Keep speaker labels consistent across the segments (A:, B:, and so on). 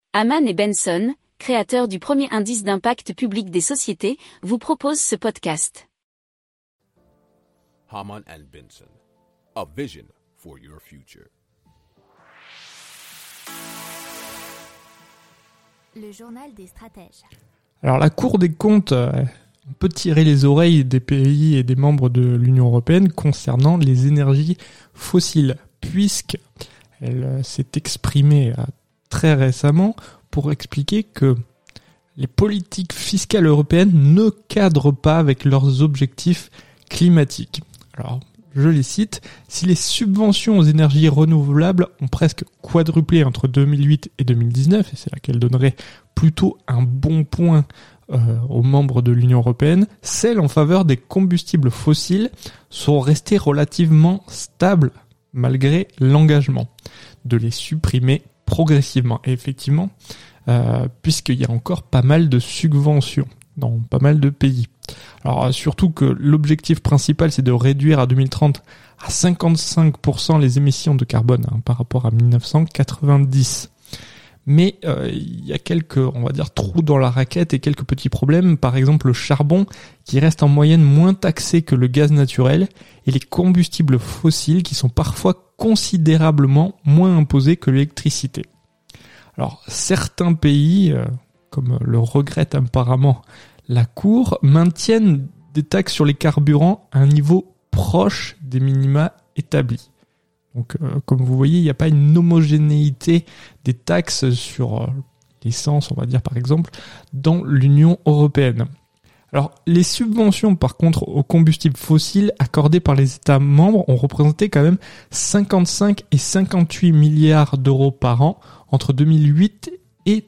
A: Hamann et Benson, créateurs du premier indice d'impact public des sociétés, vous proposent ce podcast.
B: Hamann and Benson, a vision for your future.
C: Le journal des stratèges.
D: Alors la Cour des comptes on peut tirer les oreilles des pays et des membres de l'Union européenne concernant les énergies fossiles, puisqu'elle s'est exprimée très récemment pour expliquer que les politiques fiscales européennes ne cadrent pas avec leurs objectifs climatiques. Alors, je les cite, si les subventions aux énergies renouvelables ont presque quadruplé entre 2008 et 2019, et c'est là qu'elle donnerait plutôt un bon point aux membres de l'Union européenne, celles en faveur des combustibles fossiles sont restées relativement stables malgré l'engagement de les supprimer progressivement. Et effectivement, puisqu'il y a encore pas mal de subventions dans pas mal de pays. Alors surtout que l'objectif principal c'est de réduire à 2030 à 55% les émissions de carbone par rapport à 1990. Mais il y a quelques, on va dire, trous dans la raquette et quelques petits problèmes. Par exemple, le charbon qui reste en moyenne moins taxé que le gaz naturel et les combustibles fossiles qui sont parfois considérablement moins imposés que l'électricité. Alors, certains pays, comme le regrette apparemment la Cour, maintiennent des taxes sur les carburants à un niveau proche des minima établis. Donc, comme vous voyez, il n'y a pas une homogénéité des taxes sur l'essence, on va dire par exemple, dans l'Union européenne. Alors, les subventions, par contre, aux combustibles fossiles accordées par les États membres ont représenté quand même 55 et 58 milliards d'euros par an entre 2008 et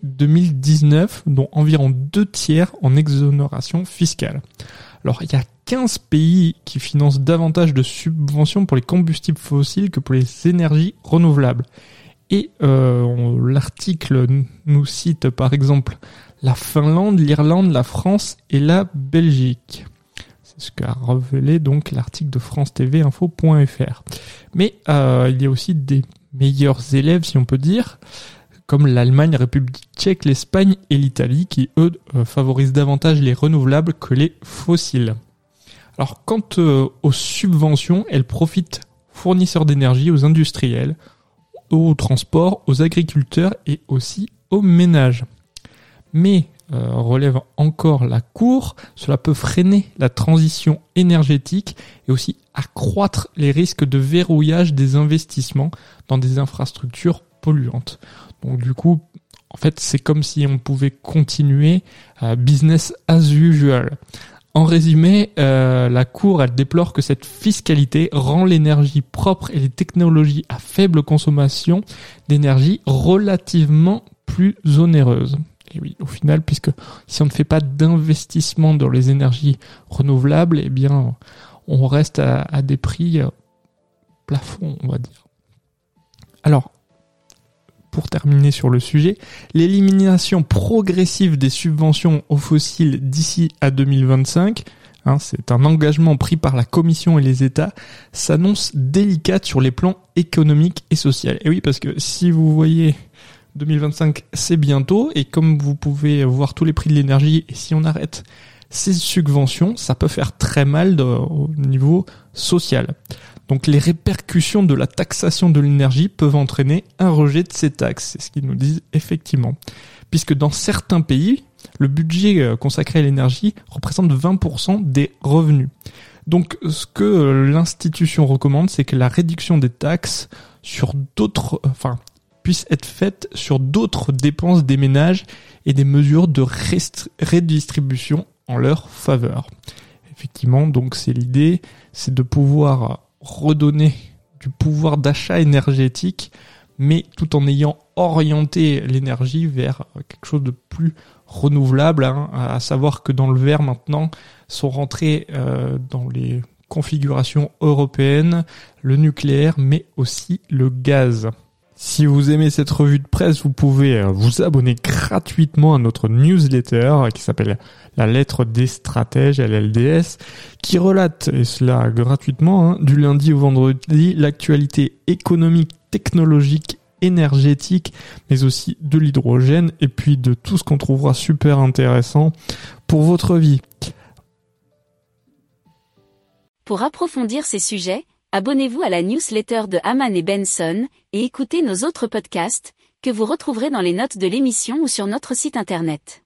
D: 2019, dont environ 2/3 en exonération fiscale. Alors, il y a 15 pays qui financent davantage de subventions pour les combustibles fossiles que pour les énergies renouvelables. Et l'article nous cite par exemple la Finlande, l'Irlande, la France et la Belgique. C'est ce qu'a révélé donc l'article de France TV Info.fr. Mais il y a aussi des meilleurs élèves, si on peut dire, comme l'Allemagne, la République tchèque, l'Espagne et l'Italie, qui eux favorisent davantage les renouvelables que les fossiles. Alors quant aux subventions, elles profitent aux fournisseurs d'énergie, aux industriels, aux transports, aux agriculteurs et aussi aux ménages. Mais, relève encore la Cour, cela peut freiner la transition énergétique et aussi accroître les risques de verrouillage des investissements dans des infrastructures polluantes. Donc du coup, en fait, c'est comme si on pouvait continuer business as usual. En résumé, la Cour, elle déplore que cette fiscalité rend l'énergie propre et les technologies à faible consommation d'énergie relativement plus onéreuses. Et oui, au final, puisque si on ne fait pas d'investissement dans les énergies renouvelables, eh bien, on reste à des prix plafonds, on va dire. Alors, pour terminer sur le sujet, l'élimination progressive des subventions aux fossiles d'ici à 2025, c'est un engagement pris par la Commission et les États, s'annonce délicate sur les plans économiques et sociaux. Et oui, parce que si vous voyez 2025, c'est bientôt, et comme vous pouvez voir tous les prix de l'énergie, et si on arrête ces subventions, ça peut faire très mal au niveau social. Donc les répercussions de la taxation de l'énergie peuvent entraîner un rejet de ces taxes, c'est ce qu'ils nous disent effectivement. Puisque dans certains pays, le budget consacré à l'énergie représente 20% des revenus. Donc ce que l'institution recommande, c'est que la réduction des taxes sur puisse être faite sur d'autres dépenses des ménages et des mesures de redistribution en leur faveur. Effectivement, donc c'est l'idée, c'est de pouvoir redonner du pouvoir d'achat énergétique, mais tout en ayant orienté l'énergie vers quelque chose de plus renouvelable, à savoir que dans le vert maintenant sont rentrés dans les configurations européennes le nucléaire, mais aussi le gaz. Si vous aimez cette revue de presse, vous pouvez vous abonner gratuitement à notre newsletter qui s'appelle La Lettre des Stratèges, LLDS, qui relate, et cela gratuitement, du lundi au vendredi, l'actualité économique, technologique énergétique, mais aussi de l'hydrogène et puis de tout ce qu'on trouvera super intéressant pour votre vie.
A: Pour approfondir ces sujets, abonnez-vous à la newsletter de Hamann et Benson et écoutez nos autres podcasts que vous retrouverez dans les notes de l'émission ou sur notre site internet.